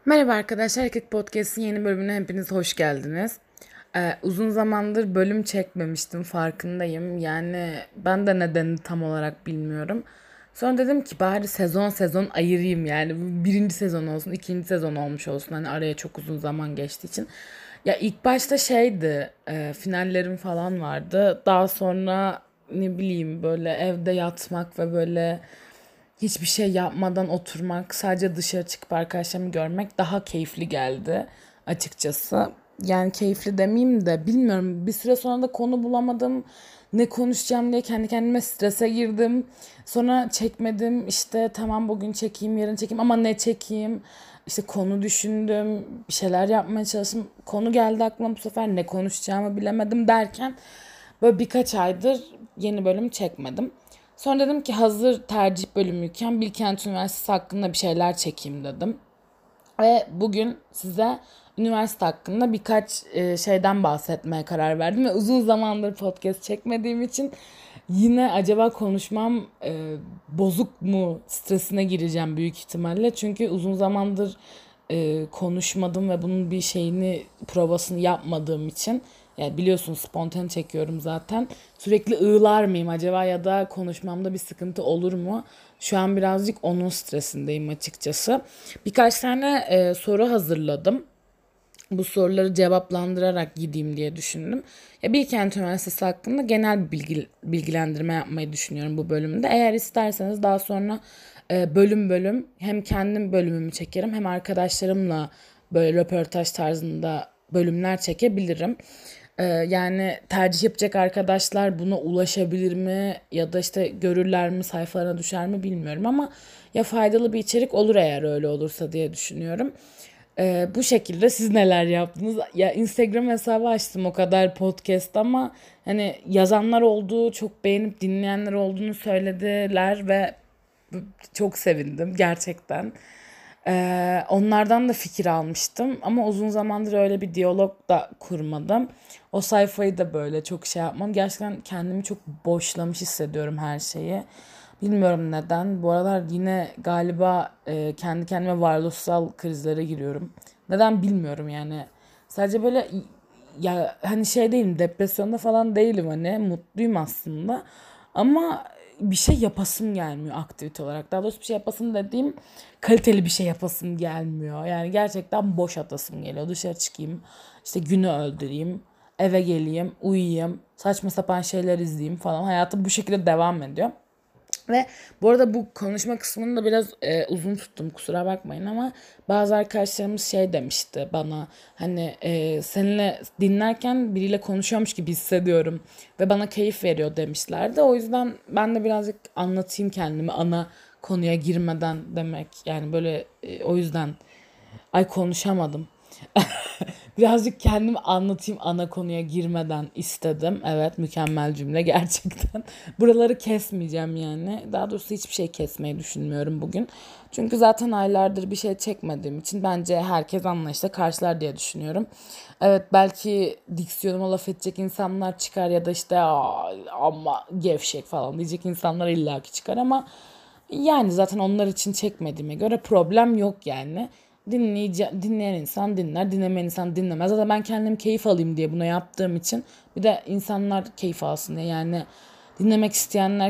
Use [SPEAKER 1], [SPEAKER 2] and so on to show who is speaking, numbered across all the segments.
[SPEAKER 1] Merhaba arkadaşlar, Erkek Podcast'in yeni bölümüne hepiniz hoş geldiniz. Uzun zamandır bölüm çekmemiştim, farkındayım. Yani ben de nedenini tam olarak bilmiyorum. Sonra dedim ki bari sezon sezon ayırayım yani. Bu birinci sezon olsun, ikinci sezon olmuş olsun. Hani araya çok uzun zaman geçtiği için. Ya ilk başta finallerim falan vardı. Daha sonra ne bileyim böyle evde yatmak ve böyle hiçbir şey yapmadan oturmak, sadece dışarı çıkıp arkadaşlarımı görmek daha keyifli geldi açıkçası. Yani keyifli demeyeyim de bilmiyorum. Bir süre sonra da konu bulamadım. Ne konuşacağım diye kendi kendime strese girdim. Sonra çekmedim. İşte tamam bugün çekeyim, yarın çekeyim ama ne çekeyim? İşte konu düşündüm, bir şeyler yapmaya çalıştım. Konu geldi aklıma bu sefer ne konuşacağımı bilemedim derken böyle birkaç aydır yeni bölüm çekmedim. Sonra dedim ki hazır tercih bölümüyken Bilkent Üniversitesi hakkında bir şeyler çekeyim dedim. Ve bugün size üniversite hakkında birkaç şeyden bahsetmeye karar verdim. Ve uzun zamandır podcast çekmediğim için yine acaba konuşmam bozuk mu stresine gireceğim büyük ihtimalle. Çünkü uzun zamandır konuşmadım ve bunun bir provasını yapmadığım için. Yani biliyorsunuz spontane çekiyorum zaten. Sürekli ığlar mıyım acaba ya da konuşmamda bir sıkıntı olur mu? Şu an birazcık onun stresindeyim açıkçası. Birkaç tane soru hazırladım. Bu soruları cevaplandırarak gideyim diye düşündüm. Ya Bilkent Üniversitesi hakkında genel bir bilgilendirme yapmayı düşünüyorum bu bölümde. Eğer isterseniz daha sonra bölüm bölüm hem kendim bölümümü çekerim hem arkadaşlarımla böyle röportaj tarzında bölümler çekebilirim. Yani tercih yapacak arkadaşlar buna ulaşabilir mi ya da işte görürler mi sayfalarına düşer mi bilmiyorum ama ya faydalı bir içerik olur eğer öyle olursa diye düşünüyorum. Bu şekilde siz neler yaptınız? Ya Instagram hesabı açtım o kadar podcast ama hani yazanlar oldu, çok beğenip dinleyenler olduğunu söylediler ve çok sevindim gerçekten. Onlardan da fikir almıştım ama uzun zamandır öyle bir diyalog da kurmadım. O sayfayı da böyle çok şey yapmam. Gerçekten kendimi çok boşlamış hissediyorum her şeyi. Bilmiyorum neden. Bu aralar yine galiba kendi kendime varoluşsal krizlere giriyorum. Neden bilmiyorum yani. Sadece böyle ya hani şey değilim, depresyonda falan değilim, hani mutluyum aslında. Ama bir şey yapasım gelmiyor aktivite olarak. Daha doğrusu bir şey yapasım dediğim kaliteli bir şey yapasım gelmiyor. Yani gerçekten boş atasım geliyor. Dışarı çıkayım, işte günü öldüreyim, eve geleyim, uyuyayım, saçma sapan şeyler izleyeyim falan. Hayatım bu şekilde devam ediyor. Ve bu arada bu konuşma kısmını da biraz uzun tuttum, kusura bakmayın ama bazı arkadaşlarımız şey demişti bana, hani seninle dinlerken biriyle konuşuyormuş gibi hissediyorum ve bana keyif veriyor demişlerdi. O yüzden ben de birazcık anlatayım kendimi ana konuya girmeden demek, yani böyle o yüzden ay konuşamadım. Birazcık kendimi anlatayım ana konuya girmeden istedim. Evet, mükemmel cümle gerçekten. Buraları kesmeyeceğim yani. Daha doğrusu hiçbir şey kesmeyi düşünmüyorum bugün. Çünkü zaten aylardır bir şey çekmediğim için bence herkes anlayışla karşılar diye düşünüyorum. Evet, belki diksiyonuma laf edecek insanlar çıkar ya da işte ama gevşek falan diyecek insanlar illaki çıkar ama yani zaten onlar için çekmediğime göre problem yok yani. Dinleyen insan dinler, dinlemeyen insan dinlemez. Zaten ben kendim keyif alayım diye bunu yaptığım için bir de insanlar keyif alsın diye, yani dinlemek isteyenler,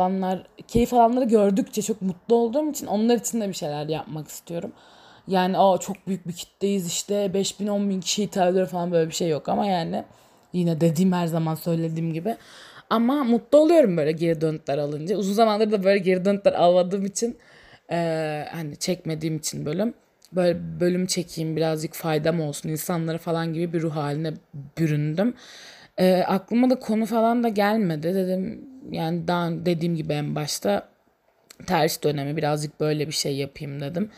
[SPEAKER 1] keyif alanları gördükçe çok mutlu olduğum için onlar için de bir şeyler yapmak istiyorum. Yani çok büyük bir kitleyiz işte 5.000 10.000 kişi hitap ediyor falan, böyle bir şey yok ama yani yine dediğim, her zaman söylediğim gibi. Ama mutlu oluyorum böyle geri dönütler alınca. Uzun zamandır da böyle geri dönütler almadığım için hani çekmediğim için böyle bölüm çekeyim, birazcık faydam olsun insanlara falan gibi bir ruh haline büründüm. Aklıma da konu falan da gelmedi dedim, yani daha dediğim gibi en başta tercih dönemi birazcık böyle bir şey yapayım dedim.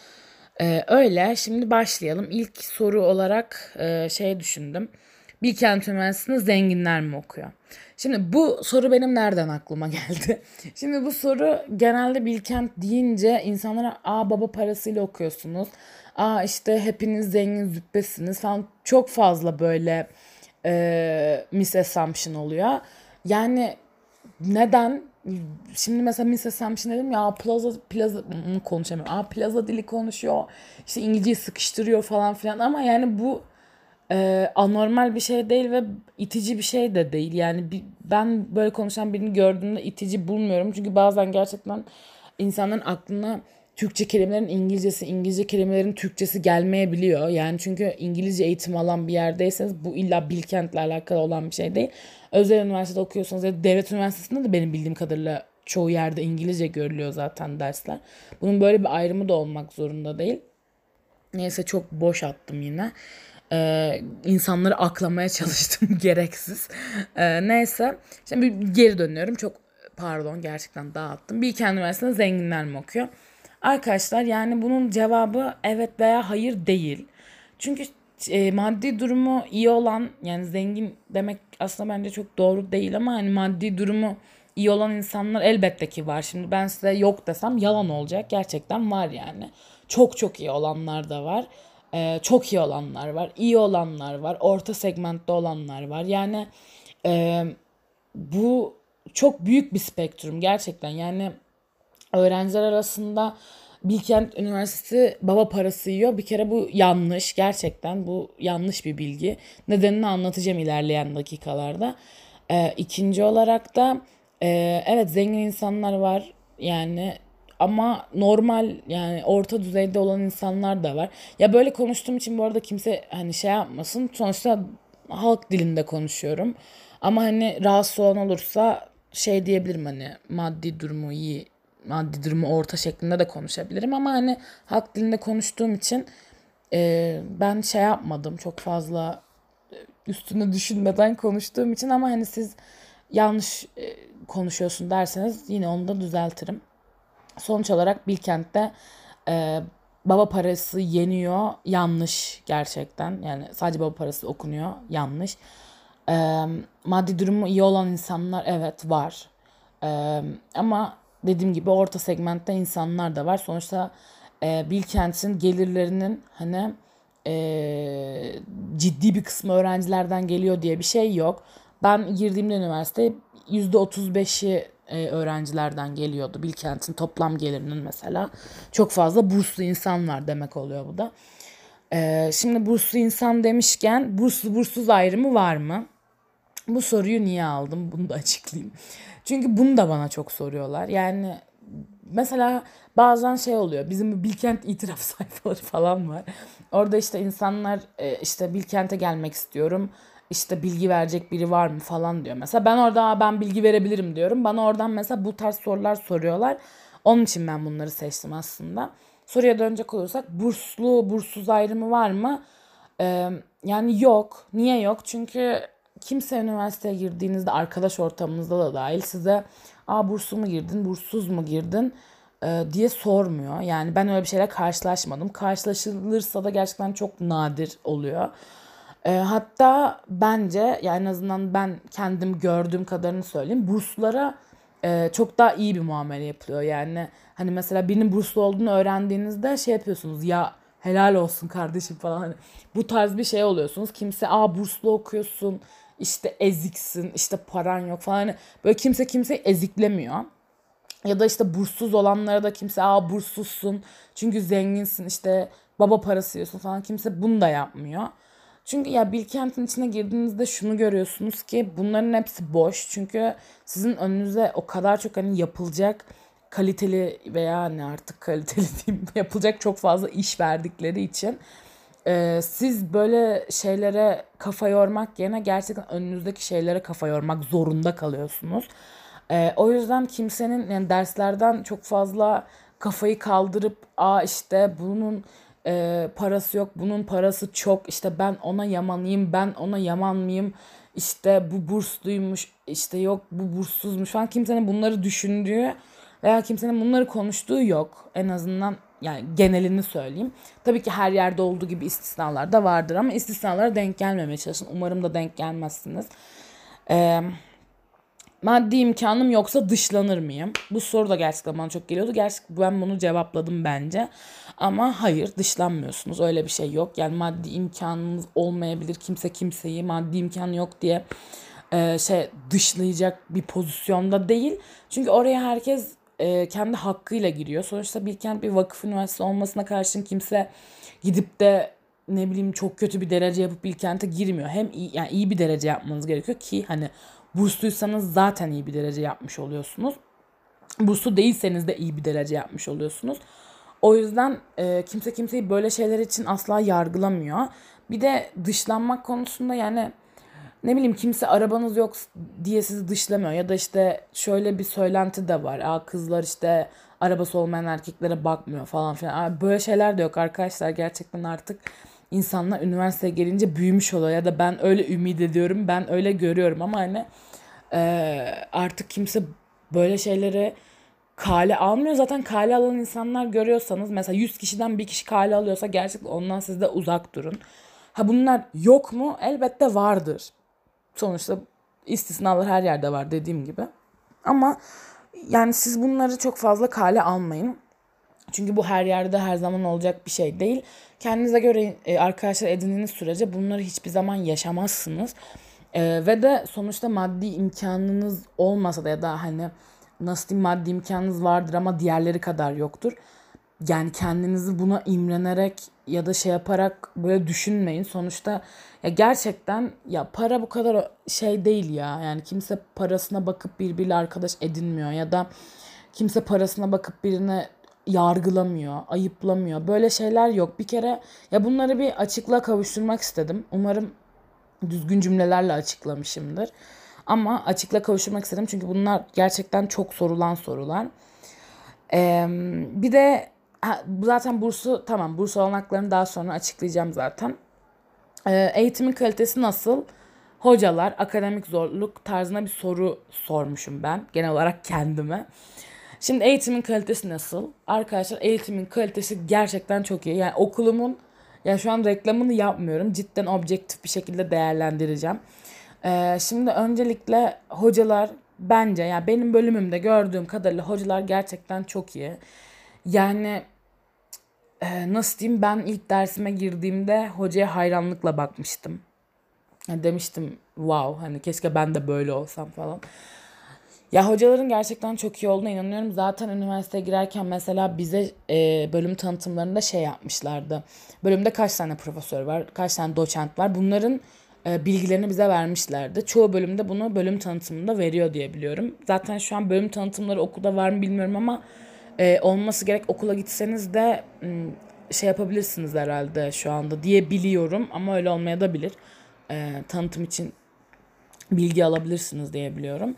[SPEAKER 1] Öyle şimdi başlayalım. İlk soru olarak düşündüm. Bilkent Üniversitesi'nde zenginler mi okuyor? Şimdi bu soru benim nereden aklıma geldi? Şimdi bu soru genelde Bilkent deyince insanlara baba parasıyla okuyorsunuz. İşte hepiniz zengin züppesiniz falan, çok fazla böyle misassumption oluyor. Yani neden? Şimdi mesela Misesem şimdi dedim ya plaza konuşamıyorum. Plaza dili konuşuyor. İşte İngilizceyi sıkıştırıyor falan filan ama yani bu anormal bir şey değil ve itici bir şey de değil. Yani ben böyle konuşan birini gördüğümde itici bulmuyorum. Çünkü bazen gerçekten insanların aklına Türkçe kelimelerin İngilizcesi, İngilizce kelimelerin Türkçesi gelmeyebiliyor. Yani çünkü İngilizce eğitim alan bir yerdeyseniz bu illa Bilkent'le alakalı olan bir şey değil. Özel üniversitede okuyorsanız ya da devlet üniversitesinde de benim bildiğim kadarıyla çoğu yerde İngilizce görülüyor zaten dersler. Bunun böyle bir ayrımı da olmak zorunda değil. Neyse çok boş attım yine. İnsanları aklamaya çalıştım gereksiz. Neyse. Şimdi bir geri dönüyorum. Çok pardon gerçekten dağıttım. Bilkent Üniversitesi'nde zenginler mi okuyor? Arkadaşlar yani bunun cevabı evet veya hayır değil. Çünkü maddi durumu iyi olan yani zengin demek aslında bence çok doğru değil ama hani maddi durumu iyi olan insanlar elbette ki var. Şimdi ben size yok desem yalan olacak. Gerçekten var yani. Çok çok iyi olanlar da var. Çok iyi olanlar var. İyi olanlar var. Orta segmentte olanlar var. Yani e, bu çok büyük bir spektrum gerçekten. Yani öğrenciler arasında Bilkent Üniversitesi baba parası yiyor. Bir kere bu yanlış. Gerçekten bu yanlış bir bilgi. Nedenini anlatacağım ilerleyen dakikalarda. İkinci olarak da evet zengin insanlar var. Yani ama normal yani orta düzeyde olan insanlar da var. Ya böyle konuştuğum için bu arada kimse hani şey yapmasın. Sonuçta halk dilinde konuşuyorum. Ama hani rahatsız olan olursa şey diyebilirim hani maddi durumu iyi, maddi durumu orta şeklinde de konuşabilirim. Ama hani halk dilinde konuştuğum için ben şey yapmadım çok fazla üstüne düşünmeden konuştuğum için ama hani siz yanlış konuşuyorsun derseniz yine onu da düzeltirim. Sonuç olarak Bilkent'te e, baba parası yeniyor. Yanlış gerçekten. Yani sadece baba parası okunuyor. Yanlış. E, Maddi durumu iyi olan insanlar evet var. Ama dediğim gibi orta segmentte insanlar da var. Sonuçta Bilkent'in gelirlerinin hani e, ciddi bir kısmı öğrencilerden geliyor diye bir şey yok. Ben girdiğimde üniversite %35'i öğrencilerden geliyordu. Bilkent'in toplam gelirinin mesela. Çok fazla burslu insan var demek oluyor bu da. Şimdi burslu insan demişken burslu burssuz ayrımı var mı? Bu soruyu niye aldım? Bunu da açıklayayım. Çünkü bunu da bana çok soruyorlar. Yani mesela bazen şey oluyor. Bizim bu Bilkent itiraf sayfaları falan var. Orada işte insanlar işte Bilkent'e gelmek istiyorum. İşte bilgi verecek biri var mı falan diyor. Mesela ben orada ben bilgi verebilirim diyorum. Bana oradan mesela bu tarz sorular soruyorlar. Onun için ben bunları seçtim aslında. Soruya dönecek olursak burslu burssuz ayrımı var mı? Yani yok. Niye yok? Çünkü kimse üniversiteye girdiğinizde arkadaş ortamınızda da dahil size burslu mu girdin, burssuz mu girdin diye sormuyor. Yani ben öyle bir şeyle karşılaşmadım. Karşılaşılırsa da gerçekten çok nadir oluyor. Hatta bence yani en azından ben kendim gördüğüm kadarını söyleyeyim. Burslara çok daha iyi bir muamele yapılıyor. Yani hani mesela birinin burslu olduğunu öğrendiğinizde şey yapıyorsunuz ya helal olsun kardeşim falan. Hani bu tarz bir şey oluyorsunuz. Kimse burslu okuyorsun işte eziksin işte paran yok falan. Hani böyle kimse kimseyi eziklemiyor. Ya da işte burssuz olanlara da kimse burssuzsun çünkü zenginsin işte baba parası yiyorsun falan kimse bunu da yapmıyor. Çünkü ya Bilkent'in içine girdiğinizde şunu görüyorsunuz ki bunların hepsi boş. Çünkü sizin önünüze o kadar çok hani yapılacak kaliteli veya ne artık kaliteli diyeyim yapılacak çok fazla iş verdikleri için siz böyle şeylere kafa yormak yerine gerçekten önünüzdeki şeylere kafa yormak zorunda kalıyorsunuz. O yüzden kimsenin yani derslerden çok fazla kafayı kaldırıp işte bunun parası yok, bunun parası çok, işte ben ona yamanıyım, ben ona yaman mıyım, işte bu bursluymuş, işte yok bu burssuzmuş falan kimsenin bunları düşündüğü veya kimsenin bunları konuştuğu yok. En azından yani genelini söyleyeyim. Tabii ki her yerde olduğu gibi istisnalar da vardır ama istisnalara denk gelmemeye çalışın. Umarım da denk gelmezsiniz. Eee Maddi imkanım yoksa dışlanır mıyım? Bu soru da gerçekten bana çok geliyordu. Gerçekten ben bunu cevapladım bence. Ama hayır dışlanmıyorsunuz. Öyle bir şey yok. Yani maddi imkanınız olmayabilir. Kimse kimseyi maddi imkanı yok diye dışlayacak bir pozisyonda değil. Çünkü oraya herkes kendi hakkıyla giriyor. Sonuçta Bilkent bir vakıf üniversitesi olmasına karşın kimse gidip de ne bileyim çok kötü bir derece yapıp Bilkent'e girmiyor. Hem iyi, yani iyi bir derece yapmanız gerekiyor ki hani bursluysanız zaten iyi bir derece yapmış oluyorsunuz. Burslu değilseniz de iyi bir derece yapmış oluyorsunuz. O yüzden kimse kimseyi böyle şeyler için asla yargılamıyor. Bir de dışlanmak konusunda yani ne bileyim kimse arabanız yok diye sizi dışlamıyor. Ya da işte şöyle bir söylenti de var. Kızlar işte arabası olmayan erkeklere bakmıyor falan filan. Böyle şeyler de yok arkadaşlar. Gerçekten artık insanlar üniversiteye gelince büyümüş oluyor. Ya da ben öyle ümit ediyorum. Ben öyle görüyorum ama hani artık kimse böyle şeyleri kale almıyor. Zaten kale alan insanlar görüyorsanız mesela 100 kişiden bir kişi kale alıyorsa gerçekten ondan siz de uzak durun. Bunlar yok mu? Elbette vardır. Sonuçta istisnalar her yerde var dediğim gibi. Ama yani siz bunları çok fazla kale almayın. Çünkü bu her yerde her zaman olacak bir şey değil. Kendinize göre arkadaşlar edindiğiniz sürece bunları hiçbir zaman yaşamazsınız. Ve de sonuçta maddi imkanınız olmasa da ya da hani nasıl diyeyim maddi imkanınız vardır ama diğerleri kadar yoktur. Yani kendinizi buna imrenerek ya da şey yaparak böyle düşünmeyin. Sonuçta ya gerçekten ya para bu kadar şey değil ya. Yani kimse parasına bakıp birbiriyle arkadaş edinmiyor ya da kimse parasına bakıp birine yargılamıyor, ayıplamıyor. Böyle şeyler yok. Bir kere ya bunları bir açıklığa kavuşturmak istedim. Umarım düzgün cümlelerle açıklamışımdır. Ama açıklığa kavuşturmak istedim çünkü bunlar gerçekten çok sorulan sorular. Bir de zaten bursu tamam burs olanaklarını daha sonra açıklayacağım zaten. Eğitimin kalitesi nasıl? Hocalar, akademik zorluk tarzına bir soru sormuşum ben genel olarak kendime. Şimdi eğitimin kalitesi nasıl? Arkadaşlar eğitimin kalitesi gerçekten çok iyi. Yani okulumun ya şu an reklamını yapmıyorum. Cidden objektif bir şekilde değerlendireceğim. Şimdi öncelikle hocalar bence yani benim bölümümde gördüğüm kadarıyla hocalar gerçekten çok iyi. Yani nasıl diyeyim ben ilk dersime girdiğimde hocaya hayranlıkla bakmıştım. Yani demiştim wow hani keşke ben de böyle olsam falan. Ya hocaların gerçekten çok iyi olduğuna inanıyorum. Zaten üniversiteye girerken mesela bize bölüm tanıtımlarında şey yapmışlardı. Bölümde kaç tane profesör var, kaç tane doçent var. Bunların bilgilerini bize vermişlerdi. Çoğu bölümde bunu bölüm tanıtımında veriyor diye biliyorum. Zaten şu an bölüm tanıtımları okulda var mı bilmiyorum ama olması gerek okula gitseniz de şey yapabilirsiniz herhalde şu anda diye biliyorum. Ama öyle olmaya da bilir. Tanıtım için bilgi alabilirsiniz diye biliyorum.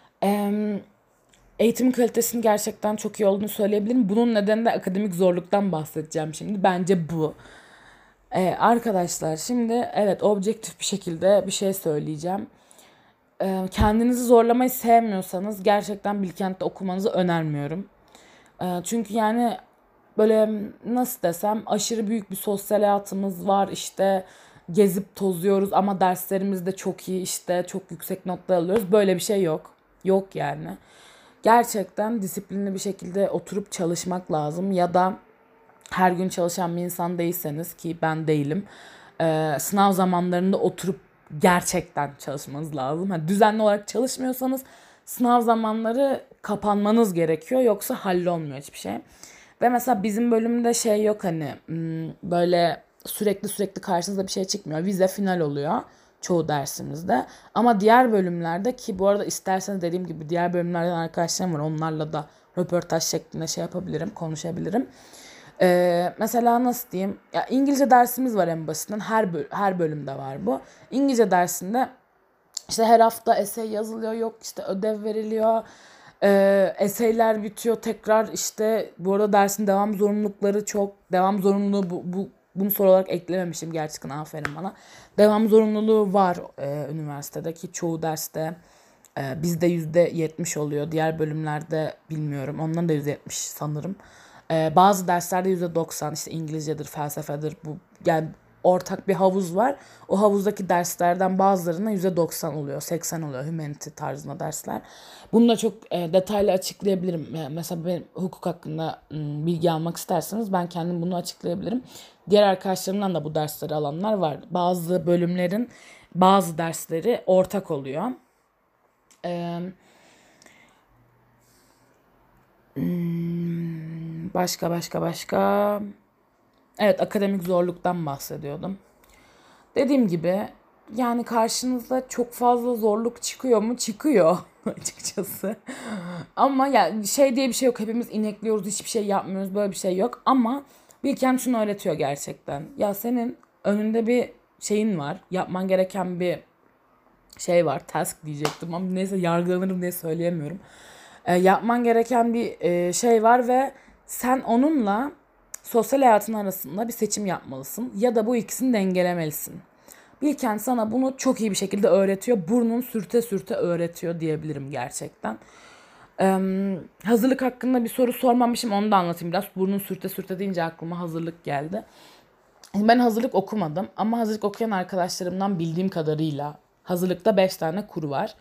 [SPEAKER 1] Eğitimin kalitesinin gerçekten çok iyi olduğunu söyleyebilirim. Bunun nedeni de akademik zorluktan bahsedeceğim şimdi. Bence bu. Arkadaşlar şimdi evet objektif bir şekilde bir şey söyleyeceğim. Kendinizi zorlamayı sevmiyorsanız gerçekten Bilkent'te okumanızı önermiyorum. Çünkü yani böyle nasıl desem aşırı büyük bir sosyal hayatımız var işte gezip tozuyoruz ama derslerimiz de çok iyi işte çok yüksek notlar alıyoruz. Böyle bir şey yok. Yok yani. Gerçekten disiplinli bir şekilde oturup çalışmak lazım ya da her gün çalışan bir insan değilseniz ki ben değilim. Sınav zamanlarında oturup gerçekten çalışmanız lazım. Düzenli olarak çalışmıyorsanız sınav zamanları kapanmanız gerekiyor yoksa hallolmuyor hiçbir şey. Ve mesela bizim bölümde şey yok böyle sürekli karşınıza bir şey çıkmıyor. Vize final oluyor çoğu dersimizde. Ama diğer bölümlerde ki bu arada isterseniz dediğim gibi diğer bölümlerden arkadaşlarım var. Onlarla da röportaj şeklinde şey yapabilirim, konuşabilirim. Mesela nasıl diyeyim? Ya İngilizce dersimiz var en basitinden. Her bölümde var bu. İngilizce dersinde işte her hafta essay yazılıyor, yok işte ödev veriliyor. Essayler bitiyor tekrar işte bu arada dersin devam zorunlulukları çok. Devam zorunluluğu bunu soru olarak eklememişim gerçekten aferin bana. Devam zorunluluğu var üniversitedeki çoğu derste. Bizde %70 oluyor. Diğer bölümlerde bilmiyorum. Onların da %70 sanırım. Bazı derslerde %90 işte İngilizcedir, felsefedir. Bu yani ortak bir havuz var. O havuzdaki derslerden bazılarına %90 oluyor, 80 oluyor humanity tarzında dersler. Bunu da çok detaylı açıklayabilirim. Yani mesela benim hukuk hakkında bilgi almak isterseniz ben kendim bunu açıklayabilirim. Diğer arkadaşlarımdan da bu dersleri alanlar var. Bazı bölümlerin bazı dersleri ortak oluyor. Ee, başka. Evet, akademik zorluktan bahsediyordum. Dediğim gibi yani karşınıza çok fazla zorluk çıkıyor mu? Çıkıyor açıkçası. Ama ya şey diye bir şey yok. Hepimiz inekliyoruz, hiçbir şey yapmıyoruz. Böyle bir şey yok. Ama Bilkent şunu öğretiyor gerçekten. Ya senin önünde bir şeyin var. Yapman gereken bir şey var. Task diyecektim ama neyse, yargılanırım diye söyleyemiyorum. Yapman gereken bir şey var ve sen onunla sosyal hayatın arasında bir seçim yapmalısın. Ya da bu ikisini dengelemelisin. Bilkent sana bunu çok iyi bir şekilde öğretiyor. Burnun sürte sürte öğretiyor diyebilirim gerçekten. Hazırlık hakkında bir soru sormamışım, onu da anlatayım biraz. Burnun sürte sürte deyince aklıma hazırlık geldi. Ben hazırlık okumadım ama hazırlık okuyan arkadaşlarımdan bildiğim kadarıyla hazırlıkta 5 tane kur var.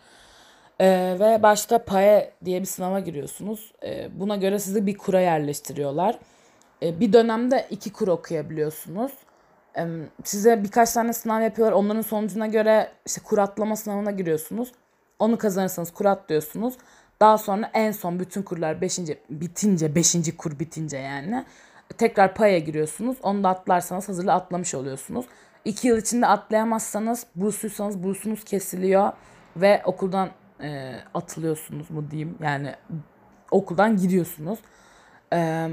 [SPEAKER 1] Ve başta PAE diye bir sınava giriyorsunuz. Buna göre sizi bir kura yerleştiriyorlar. Bir dönemde 2 kur okuyabiliyorsunuz. Size birkaç tane sınav yapıyorlar. Onların sonucuna göre işte kur atlama sınavına giriyorsunuz. Onu kazanırsanız kur atlıyorsunuz. Daha sonra en son bütün kurlar beşinci kur bitince yani tekrar PAE'ye giriyorsunuz. Onu da atlarsanız hazırlığı atlamış oluyorsunuz. 2 yıl içinde atlayamazsanız, bursluysanız bursunuz kesiliyor ve okuldan atılıyorsunuz mu diyeyim. Yani okuldan gidiyorsunuz. Eee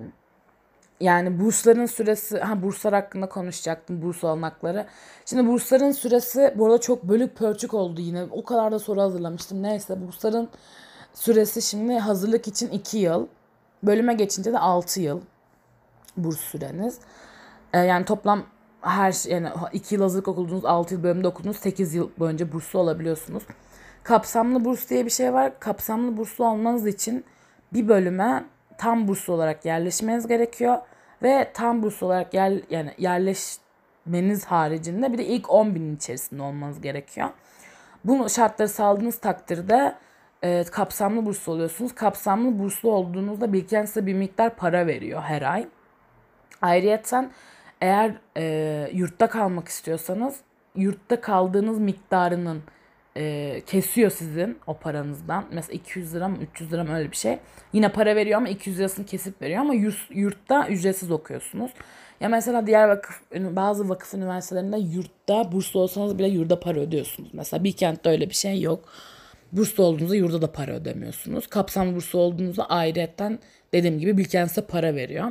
[SPEAKER 1] Yani bursların süresi, burslar hakkında konuşacaktım, burs olanakları. Şimdi bursların süresi bu arada çok bölük pörçük oldu yine. O kadar da soru hazırlamıştım. Neyse, bursların süresi şimdi hazırlık için 2 yıl. Bölüme geçince de 6 yıl burs süreniz. Yani toplam yani 2 yıl hazırlık okudunuz, 6 yıl bölümde okudunuz, 8 yıl boyunca burslu olabiliyorsunuz. Kapsamlı burs diye bir şey var. Kapsamlı burslu olmanız için bir bölüme tam burslu olarak yerleşmeniz gerekiyor. Ve tam burslu olarak yani yerleşmeniz haricinde bir de ilk 10 binin içerisinde olmanız gerekiyor. Bu şartları sağladığınız takdirde kapsamlı burslu oluyorsunuz. Kapsamlı burslu olduğunuzda Bilkent size bir miktar para veriyor her ay. Ayrıyeten eğer yurtta kalmak istiyorsanız yurtta kaldığınız miktarının kesiyor sizin o paranızdan. Mesela 200 lira mı 300 lira mı öyle bir şey. Yine para veriyor ama 200 lirasını kesip veriyor ama yurtta ücretsiz okuyorsunuz. Ya mesela bazı vakıf üniversitelerinde yurtta burslu olsanız bile yurda para ödüyorsunuz. Mesela Bilkent'te öyle bir şey yok. Burslu olduğunuzda yurda da para ödemiyorsunuz. Kapsamlı burslu olduğunuzda ayrıyetten dediğim gibi Bilkent size para veriyor.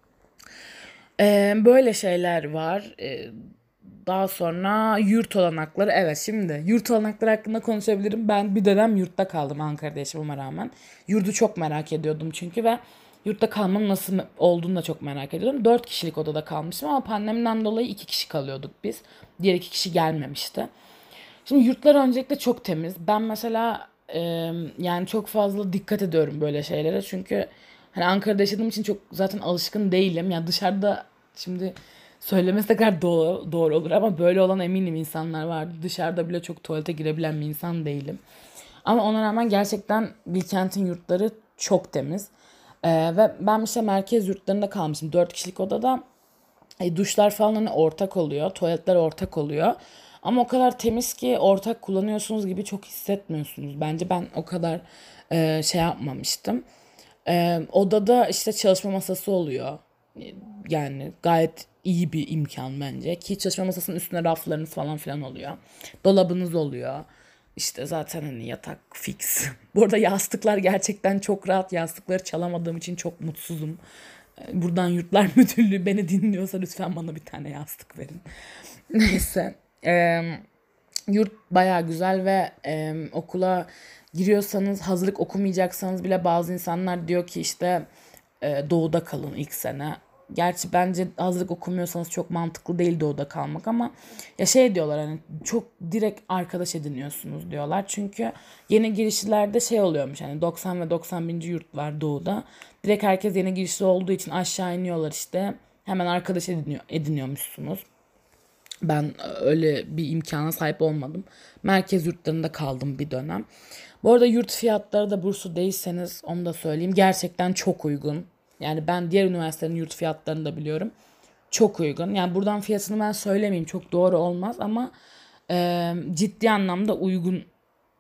[SPEAKER 1] Böyle şeyler var. Daha sonra yurt olanakları. Evet, şimdi yurt olanakları hakkında konuşabilirim. Ben bir dönem yurtta kaldım Ankara'da yaşamama rağmen. Yurdu çok merak ediyordum çünkü ve yurtta kalmanın nasıl olduğunu da çok merak ediyordum. 4 kişilik odada kalmıştım ama pandemiden dolayı 2 kişi kalıyorduk biz. Diğer 2 kişi gelmemişti. Şimdi yurtlar öncelikle çok temiz. Ben mesela yani çok fazla dikkat ediyorum böyle şeylere. Çünkü hani Ankara'da yaşadığım için çok zaten alışkın değilim. Yani dışarıda şimdi söylemesi de kadar doğru olur ama böyle olan eminim insanlar vardı. Dışarıda bile çok tuvalete girebilen bir insan değilim. Ama ona rağmen gerçekten Bilkent'in yurtları çok temiz. Ve ben işte merkez yurtlarında kalmışım. 4 kişilik odada duşlar falan hani ortak oluyor. Tuvaletler ortak oluyor. Ama o kadar temiz ki ortak kullanıyorsunuz gibi çok hissetmiyorsunuz. Bence ben o kadar şey yapmamıştım. Odada işte çalışma masası oluyor. Yani gayet iyi bir imkan bence. Ki çalışma masasının üstüne raflarınız falan filan oluyor. Dolabınız oluyor. İşte zaten hani yatak fix. Bu arada yastıklar gerçekten çok rahat. Yastıkları çalamadığım için çok mutsuzum. Buradan Yurtlar Müdürlüğü beni dinliyorsa lütfen bana bir tane yastık verin. Neyse. Yurt bayağı güzel ve okula giriyorsanız hazırlık okumayacaksanız bile bazı insanlar diyor ki işte doğuda kalın ilk sene. Gerçi bence hazırlık okumuyorsanız çok mantıklı değil doğuda kalmak ama ya şey diyorlar hani çok direkt arkadaş ediniyorsunuz diyorlar. Çünkü yeni girişlerde şey oluyormuş hani 90 ve 91. yurt var doğuda. Direkt herkes yeni girişli olduğu için aşağı iniyorlar işte. Hemen arkadaş ediniyormuşsunuz. Ben öyle bir imkana sahip olmadım. Merkez yurtlarında kaldım bir dönem. Bu arada yurt fiyatları da burslu değilseniz onu da söyleyeyim. Gerçekten çok uygun. Yani ben diğer üniversitelerin yurt fiyatlarını da biliyorum. Çok uygun. Yani buradan fiyatını ben söylemeyeyim. Çok doğru olmaz ama ciddi anlamda uygun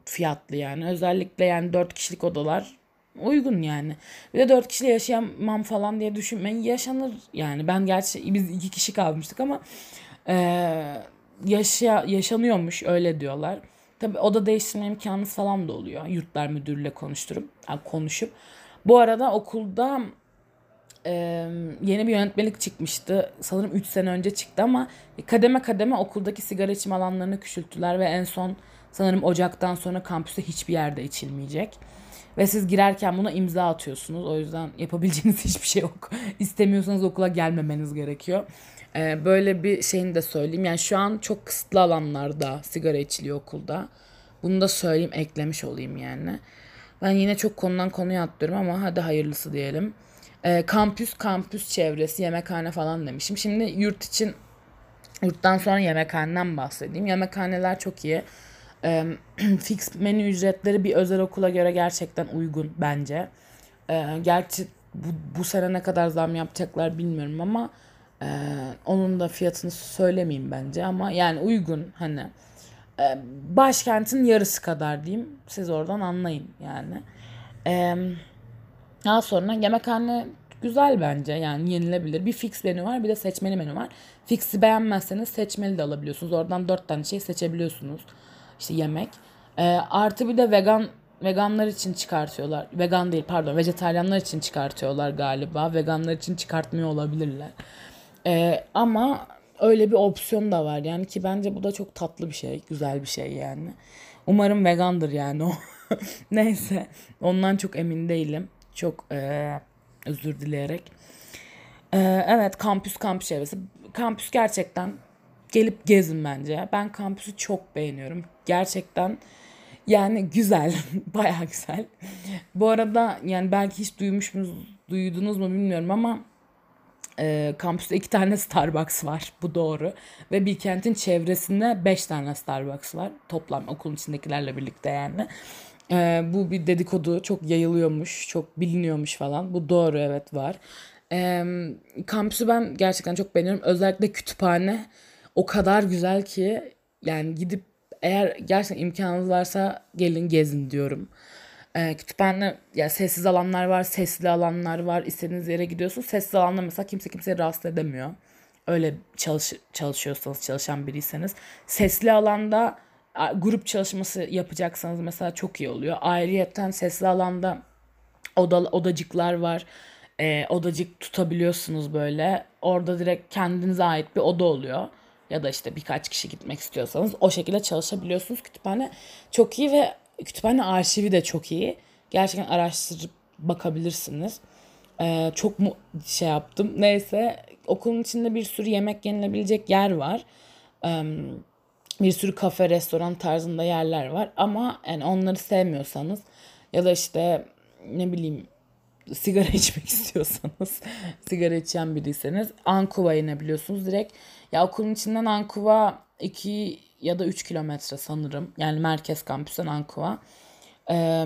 [SPEAKER 1] fiyatlı yani. Özellikle yani 4 kişilik odalar uygun yani. Bir de 4 kişiyle yaşayamam falan diye düşünmeyin. Yaşanır yani. Ben gerçi biz 2 kişi kalmıştık ama eee, yaşanıyormuş öyle diyorlar. Tabii oda değiştirme imkanınız falan da oluyor. Yurtlar müdürüyle konuşup. Bu arada okulda yeni bir yönetmelik çıkmıştı. Sanırım 3 sene önce çıktı ama kademe kademe okuldaki sigara içme alanlarını küçülttüler ve en son sanırım Ocak'tan sonra kampüste hiçbir yerde içilmeyecek. Ve siz girerken buna imza atıyorsunuz. O yüzden yapabileceğiniz hiçbir şey yok. İstemiyorsanız okula gelmemeniz gerekiyor. Böyle bir şeyini de söyleyeyim. Yani şu an çok kısıtlı alanlarda sigara içiliyor okulda. Bunu da söyleyeyim, eklemiş olayım yani. Ben yine çok konudan konuya atlıyorum ama hadi hayırlısı diyelim. Kampüs çevresi, yemekhane falan demişim. Şimdi yurttan sonra yemekhaneden bahsedeyim. Yemekhaneler çok iyi. Fix menü ücretleri bir özel okula göre gerçekten uygun bence. Gerçi bu sene ne kadar zam yapacaklar bilmiyorum ama onun da fiyatını söylemeyeyim bence ama yani uygun hani. Başkentin yarısı kadar diyeyim. Siz oradan anlayın yani. Daha sonra yemekhane güzel bence yani yenilebilir. Bir fix menü var, bir de seçmeli menü var. Fix'i beğenmezseniz seçmeli de alabiliyorsunuz. Oradan 4 tane şey seçebiliyorsunuz. İşte yemek. Artı bir de veganlar için çıkartıyorlar. Vegan değil, pardon, vejetaryenler için çıkartıyorlar galiba. Veganlar için çıkartmıyor olabilirler. Ama öyle bir opsiyon da var yani, ki bence bu da çok tatlı bir şey, güzel bir şey yani. Umarım vegandır yani o. Neyse, ondan çok emin değilim. Çok özür dileyerek. Evet, kampüs çevresi. Kampüs gerçekten gelip gezin bence. Ben kampüsü çok beğeniyorum. Gerçekten yani güzel. Bayağı güzel. Bu arada yani belki hiç duydunuz mu bilmiyorum ama kampüste 2 tane Starbucks var. Bu doğru. Ve Bilkent'in çevresinde 5 tane Starbucks var. Toplam okulun içindekilerle birlikte yani. Bu bir dedikodu. Çok yayılıyormuş. Çok biliniyormuş falan. Bu doğru, evet, var. Ee, Kampüsü ben gerçekten çok beğeniyorum. Özellikle kütüphane o kadar güzel ki yani gidip, eğer gerçekten imkanınız varsa gelin gezin diyorum. Kütüphane ya, sessiz alanlar var, sesli alanlar var. İstediğiniz yere gidiyorsunuz. Sessiz alanda mesela kimse kimseyi rahatsız edemiyor. Öyle çalışıyorsanız, çalışan biriyseniz. Sesli alanda grup çalışması yapacaksanız mesela çok iyi oluyor. Ayrıyeten sesli alanda odacıklar var. Odacık tutabiliyorsunuz böyle. Orada direkt kendinize ait bir oda oluyor. Ya da işte birkaç kişi gitmek istiyorsanız o şekilde çalışabiliyorsunuz. Kütüphane çok iyi ve kütüphane arşivi de çok iyi. Gerçekten araştırıp bakabilirsiniz. Çok mu şey yaptım. Neyse, okulun içinde bir sürü yemek yenilebilecek yer var. Bir sürü kafe, restoran tarzında yerler var. Ama yani onları sevmiyorsanız ya da işte ne bileyim sigara içmek istiyorsanız, sigara içen biriyseniz Ankuva inebiliyorsunuz direkt. Ya okulun içinden Ankuva 2 ya da 3 kilometre sanırım. Yani merkez kampüsten Ankuva. Ee,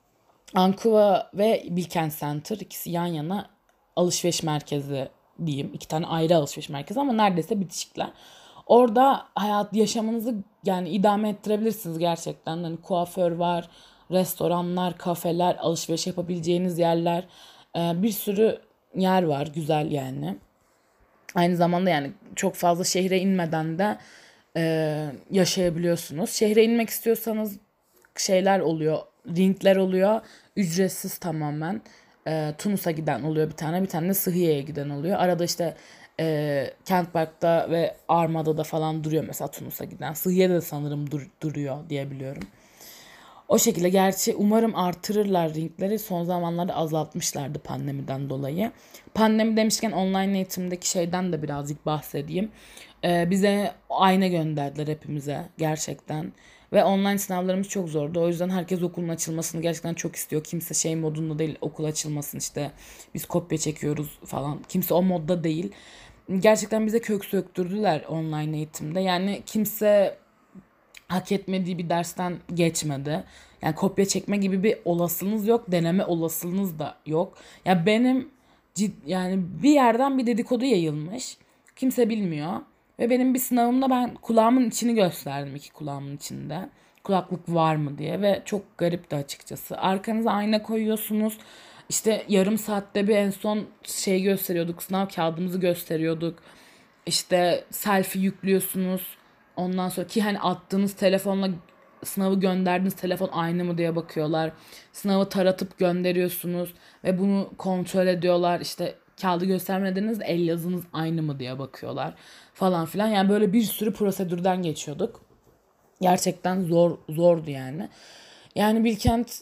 [SPEAKER 1] Ankuva ve Bilkent Center, ikisi yan yana alışveriş merkezi diyeyim. 2 tane ayrı alışveriş merkezi ama neredeyse bitişikler. Orada yaşamınızı yani idame ettirebilirsiniz gerçekten. Hani kuaför var, restoranlar, kafeler, alışveriş yapabileceğiniz yerler, bir sürü yer var güzel yani. Aynı zamanda yani çok fazla şehre inmeden de yaşayabiliyorsunuz. Şehre inmek istiyorsanız şeyler oluyor, ringler oluyor, ücretsiz tamamen. Tunus'a giden oluyor bir tane de Sıhhiye'ye giden oluyor. Arada işte Kent Park'ta ve Armada'da falan duruyor mesela Tunus'a giden. Sıhhiye'de de sanırım duruyor diye biliyorum. O şekilde, gerçi umarım artırırlar ringleri. Son zamanlarda azaltmışlardı pandemiden dolayı. Pandemi demişken online eğitimdeki şeyden de birazcık bahsedeyim. Bize ayna gönderdiler hepimize gerçekten. Ve online sınavlarımız çok zordu. O yüzden herkes okulun açılmasını gerçekten çok istiyor. Kimse şey modunda değil, okul açılmasın işte biz kopya çekiyoruz falan. Kimse o modda değil. Gerçekten bize kök söktürdüler online eğitimde. Yani kimse hak etmediği bir dersten geçmedi. Yani kopya çekme gibi bir olasılığınız yok. Deneme olasılığınız da yok. Ya benim yani bir yerden bir dedikodu yayılmış. Kimse bilmiyor. Ve benim bir sınavımda ben kulağımın içini gösterdim, 2 kulağımın içinde. kulaklık var mı diye ve çok garipti açıkçası. Arkanıza ayna koyuyorsunuz. İşte yarım saatte bir en son şey gösteriyorduk. Sınav kağıdımızı gösteriyorduk. İşte selfie yüklüyorsunuz. Ondan sonra ki hani attığınız telefonla sınavı gönderdiğiniz telefon aynı mı diye bakıyorlar. Sınavı taratıp gönderiyorsunuz ve bunu kontrol ediyorlar. İşte kağıdı göstermediniz el yazınız aynı mı diye bakıyorlar falan filan. Yani böyle bir sürü prosedürden geçiyorduk. Gerçekten zordu yani. Yani Bilkent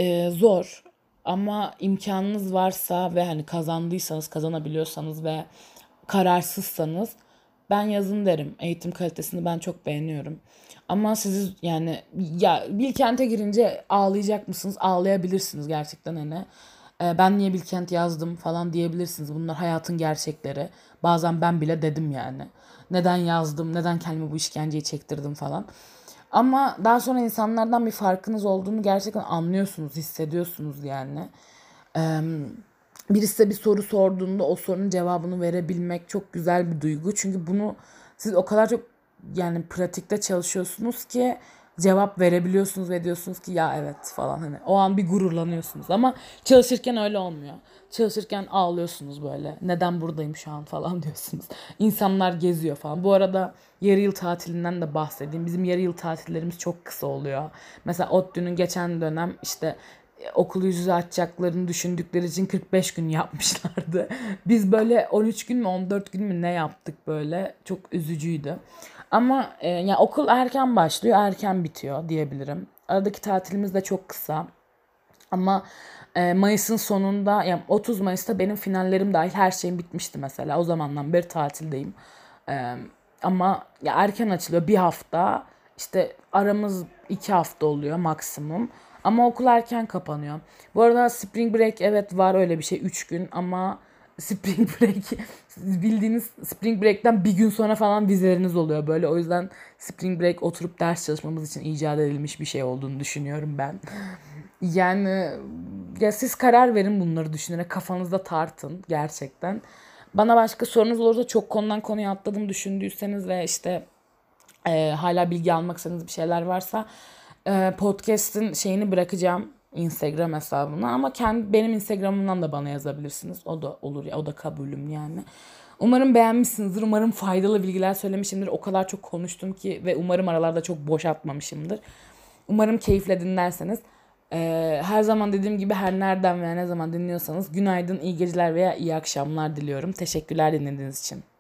[SPEAKER 1] zor ama imkanınız varsa ve hani kazandıysanız, kazanabiliyorsanız ve kararsızsanız ben yazın derim. Eğitim kalitesini ben çok beğeniyorum. Ama siz yani ya Bilkent'e girince ağlayacak mısınız? Ağlayabilirsiniz gerçekten hani. Ben niye Bilkent yazdım falan diyebilirsiniz. Bunlar hayatın gerçekleri. Bazen ben bile dedim yani. Neden yazdım? Neden kendime bu işkenceyi çektirdim falan. Ama daha sonra insanlardan bir farkınız olduğunu gerçekten anlıyorsunuz, hissediyorsunuz yani. Ee, Birisi size bir soru sorduğunda o sorunun cevabını verebilmek çok güzel bir duygu. Çünkü bunu siz o kadar çok yani pratikte çalışıyorsunuz ki cevap verebiliyorsunuz ve diyorsunuz ki ya evet falan hani o an bir gururlanıyorsunuz ama çalışırken öyle olmuyor. Çalışırken ağlıyorsunuz böyle. Neden buradayım şu an falan diyorsunuz. İnsanlar geziyor falan. Bu arada yarı yıl tatilinden de bahsedeyim. Bizim yarı yıl tatillerimiz çok kısa oluyor. Mesela ODTÜ'nün geçen dönem işte okulu yüz yüze açacaklarını düşündükleri için 45 gün yapmışlardı. Biz böyle 13 gün mü 14 gün mü ne yaptık böyle. Çok üzücüydü. Ama yani okul erken başlıyor, erken bitiyor diyebilirim. Aradaki tatilimiz de çok kısa. Ama Mayıs'ın sonunda yani 30 Mayıs'ta benim finallerim dahil her şeyim bitmişti mesela. O zamandan beri tatildeyim. E, Ama ya erken açılıyor bir hafta. İşte aramız 2 hafta oluyor maksimum. Ama okul erken kapanıyor. Bu arada Spring Break evet var öyle bir şey 3 gün ama Spring Break bildiğiniz Spring Break'ten bir gün sonra falan vizeleriniz oluyor böyle. O yüzden Spring Break oturup ders çalışmamız için icat edilmiş bir şey olduğunu düşünüyorum ben. Yani ya siz karar verin bunları düşünerek kafanızda tartın gerçekten. Bana başka sorunuz olursa çok konudan konuya atladım düşündüyseniz ve işte hala bilgi almak istediğiniz bir şeyler varsa podcast'in şeyini bırakacağım Instagram hesabına ama benim Instagram'ımdan da bana yazabilirsiniz. O da olur ya o da kabulüm yani. Umarım beğenmişsinizdir. Umarım faydalı bilgiler söylemişimdir. O kadar çok konuştum ki ve umarım aralarda çok boş atmamışımdır. Umarım keyifle dinlerseniz. Her zaman dediğim gibi her nereden veya ne zaman dinliyorsanız günaydın, iyi geceler veya iyi akşamlar diliyorum. Teşekkürler dinlediğiniz için.